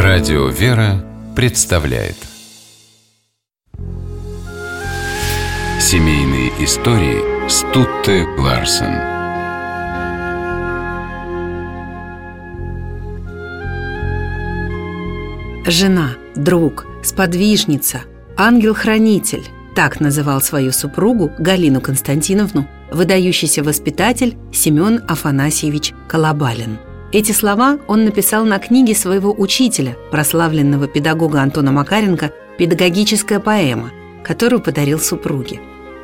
Радио «Вера» представляет семейные истории Стутте Ларсен. Жена, друг, сподвижница, ангел-хранитель – так называл свою супругу Галину Константиновну выдающийся воспитатель Семен Афанасьевич Колобалин. Эти слова он написал на книге своего учителя, прославленного педагога Антона Макаренко, «Педагогическая поэма», которую подарил супруге.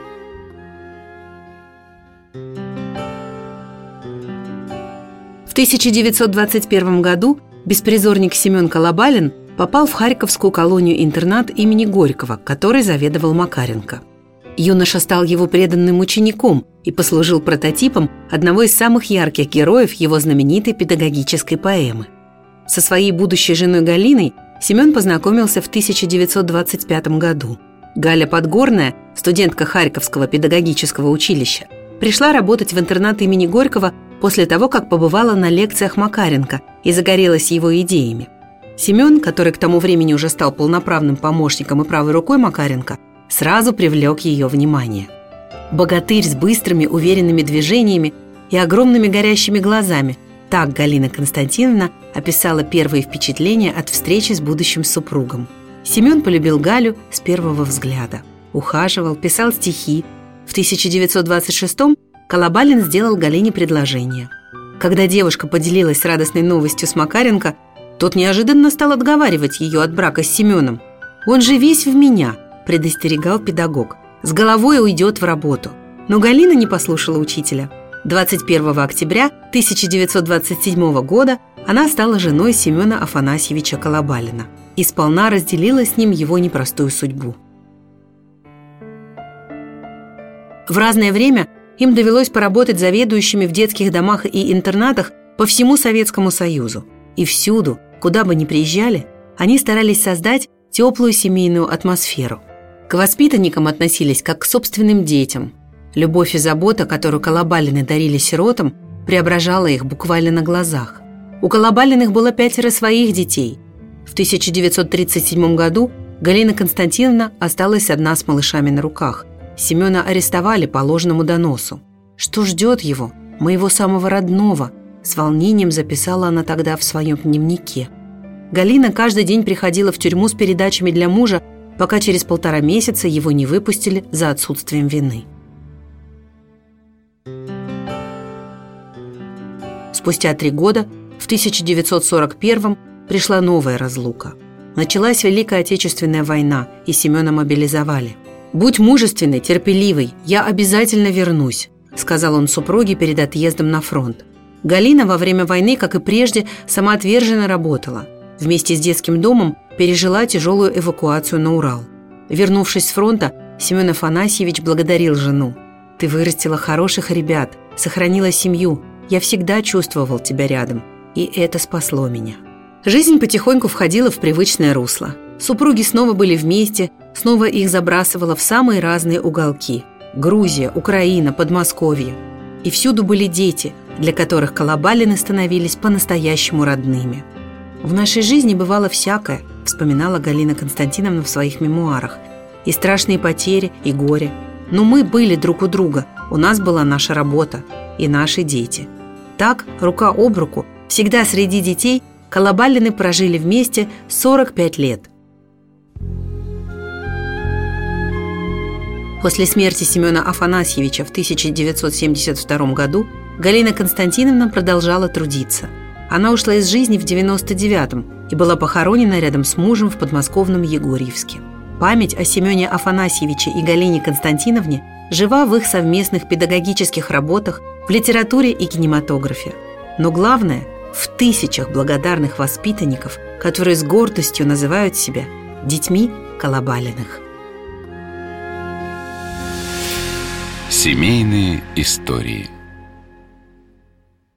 В 1921 году беспризорник Семен Колобалин попал в Харьковскую колонию-интернат имени Горького, которой заведовал Макаренко. Юноша стал его преданным учеником и послужил прототипом одного из самых ярких героев его знаменитой педагогической поэмы. Со своей будущей женой Галиной Семен познакомился в 1925 году. Галя Подгорная, студентка Харьковского педагогического училища, пришла работать в интернат имени Горького после того, как побывала на лекциях Макаренко и загорелась его идеями. Семен, который к тому времени уже стал полноправным помощником и правой рукой Макаренко, сразу привлек ее внимание. Богатырь с быстрыми, уверенными движениями и огромными горящими глазами – так Галина Константиновна описала первые впечатления от встречи с будущим супругом. Семен полюбил Галю с первого взгляда. Ухаживал, писал стихи. В 1926-м Колобалин сделал Галине предложение. Когда девушка поделилась радостной новостью с Макаренко, тот неожиданно стал отговаривать ее от брака с Семеном. «Он же весь в меня», – предостерегал педагог. «С головой уйдет в работу». Но Галина не послушала учителя. 21 октября 1927 года она стала женой Семена Афанасьевича Колобалина и сполна разделила с ним его непростую судьбу. В разное время им довелось поработать заведующими в детских домах и интернатах по всему Советскому Союзу. И всюду, куда бы ни приезжали, они старались создать теплую семейную атмосферу. К воспитанникам относились как к собственным детям. Любовь и забота, которую Колобалины дарили сиротам, преображала их буквально на глазах. У Колобалиных было 5 своих детей. В 1937 году Галина Константиновна осталась одна с малышами на руках. Семена арестовали по ложному доносу. «Что ждет его, моего самого родного?» С волнением записала она тогда в своем дневнике. Галина каждый день приходила в тюрьму с передачами для мужа, пока через 1,5 месяца его не выпустили за отсутствием вины. Спустя 3 года, в 1941-м, пришла новая разлука. Началась Великая Отечественная война, и Семена мобилизовали. «Будь мужественной, терпеливой, я обязательно вернусь», – сказал он супруге перед отъездом на фронт. Галина во время войны, как и прежде, самоотверженно работала. Вместе с детским домом пережила тяжелую эвакуацию на Урал. Вернувшись с фронта, Семен Афанасьевич благодарил жену. «Ты вырастила хороших ребят, сохранила семью. Я всегда чувствовал тебя рядом, и это спасло меня». Жизнь потихоньку входила в привычное русло. Супруги снова были вместе, снова их забрасывало в самые разные уголки. Грузия, Украина, Подмосковье. И всюду были дети, для которых Колобалины становились по-настоящему родными. «В нашей жизни бывало всякое», – вспоминала Галина Константиновна в своих мемуарах. «И страшные потери, и горе. Но мы были друг у друга, у нас была наша работа и наши дети». Так, рука об руку, всегда среди детей, Колобалины прожили вместе 45 лет. После смерти Семена Афанасьевича в 1972 году Галина Константиновна продолжала трудиться. Она ушла из жизни в 1999-м и была похоронена рядом с мужем в подмосковном Егорьевске. Память о Семене Афанасьевиче и Галине Константиновне жива в их совместных педагогических работах, в литературе и кинематографе. Но главное – в тысячах благодарных воспитанников, которые с гордостью называют себя детьми Колобалиных. Семейные истории.